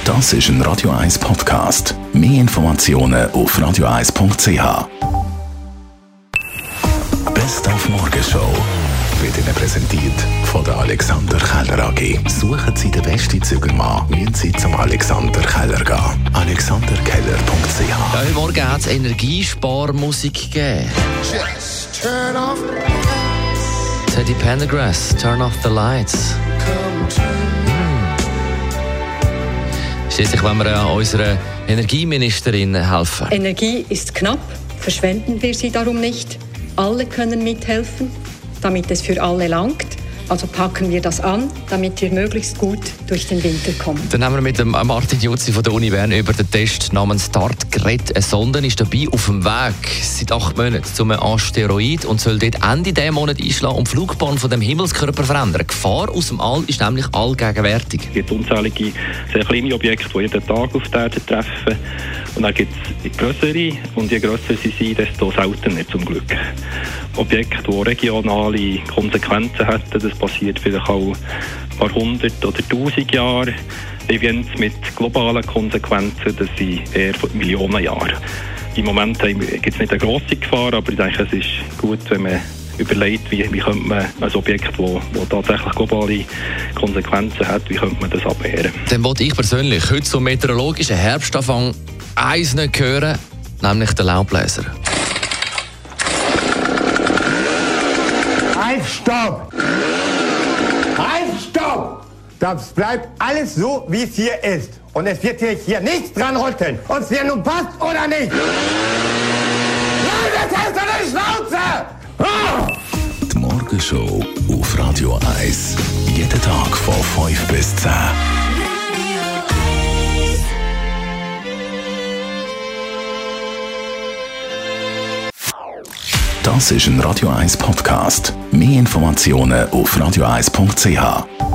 Das ist ein Radio 1 Podcast. Mehr Informationen auf radio1.ch. Best auf Morgenshow wird Ihnen präsentiert von der Alexander Keller AG. Suchen Sie den besten Zügelmann, müssen Sie zum Alexander Keller gehen. alexanderkeller.ch. Ja, heute Morgen hat es Energiesparmusik gegeben. Just turn off the lights. Teddy Pendergrass, Turn Off the Lights. Schliesslich wollen wir ja unserer Energieministerin helfen. Energie ist knapp, verschwenden wir sie darum nicht. Alle können mithelfen, damit es für alle langt. Also packen wir das an, damit wir möglichst gut durch den Winter kommen. Dann haben wir mit dem Martin Jutzi von der Uni Bern über den Test namens Start geredet. Eine Sonde ist dabei auf dem Weg seit 8 Monaten zu einem Asteroid und soll dort Ende dieses Monats einschlagen und die Flugbahn von dem Himmelskörper verändern. Die Gefahr aus dem All ist nämlich allgegenwärtig. Es gibt unzählige sehr kleine Objekte, die jeden Tag auf der Erde treffen. Und dann gibt es grössere, und je grösser sie sind, desto seltener zum Glück. Objekte, die regionale Konsequenzen hätten, das passiert vielleicht auch ein paar 100 oder 1000 Jahre. Events mit globalen Konsequenzen, das sind eher Millionen Jahre. Im Moment gibt es nicht eine grosse Gefahr, aber ich denke, es ist gut, wenn man überlegt, wie könnte man ein Objekt, das tatsächlich globale Konsequenzen hat, wie könnte man das abwehren. Dann wollte ich persönlich heute zum meteorologischen Herbstanfang eins nicht hören, nämlich den Laubbläser. Halt, stopp! Halt, stopp! Das bleibt alles so, wie es hier ist. Und es wird hier nichts dran rütteln. Ob es dir nun passt oder nicht. Nein, das heißt doch eine Schnauze! Ah! Die Morgenshow auf Radio 1. Jeden Tag von 5 bis 10. Das ist ein Radio 1 Podcast. Mehr Informationen auf radio1.ch.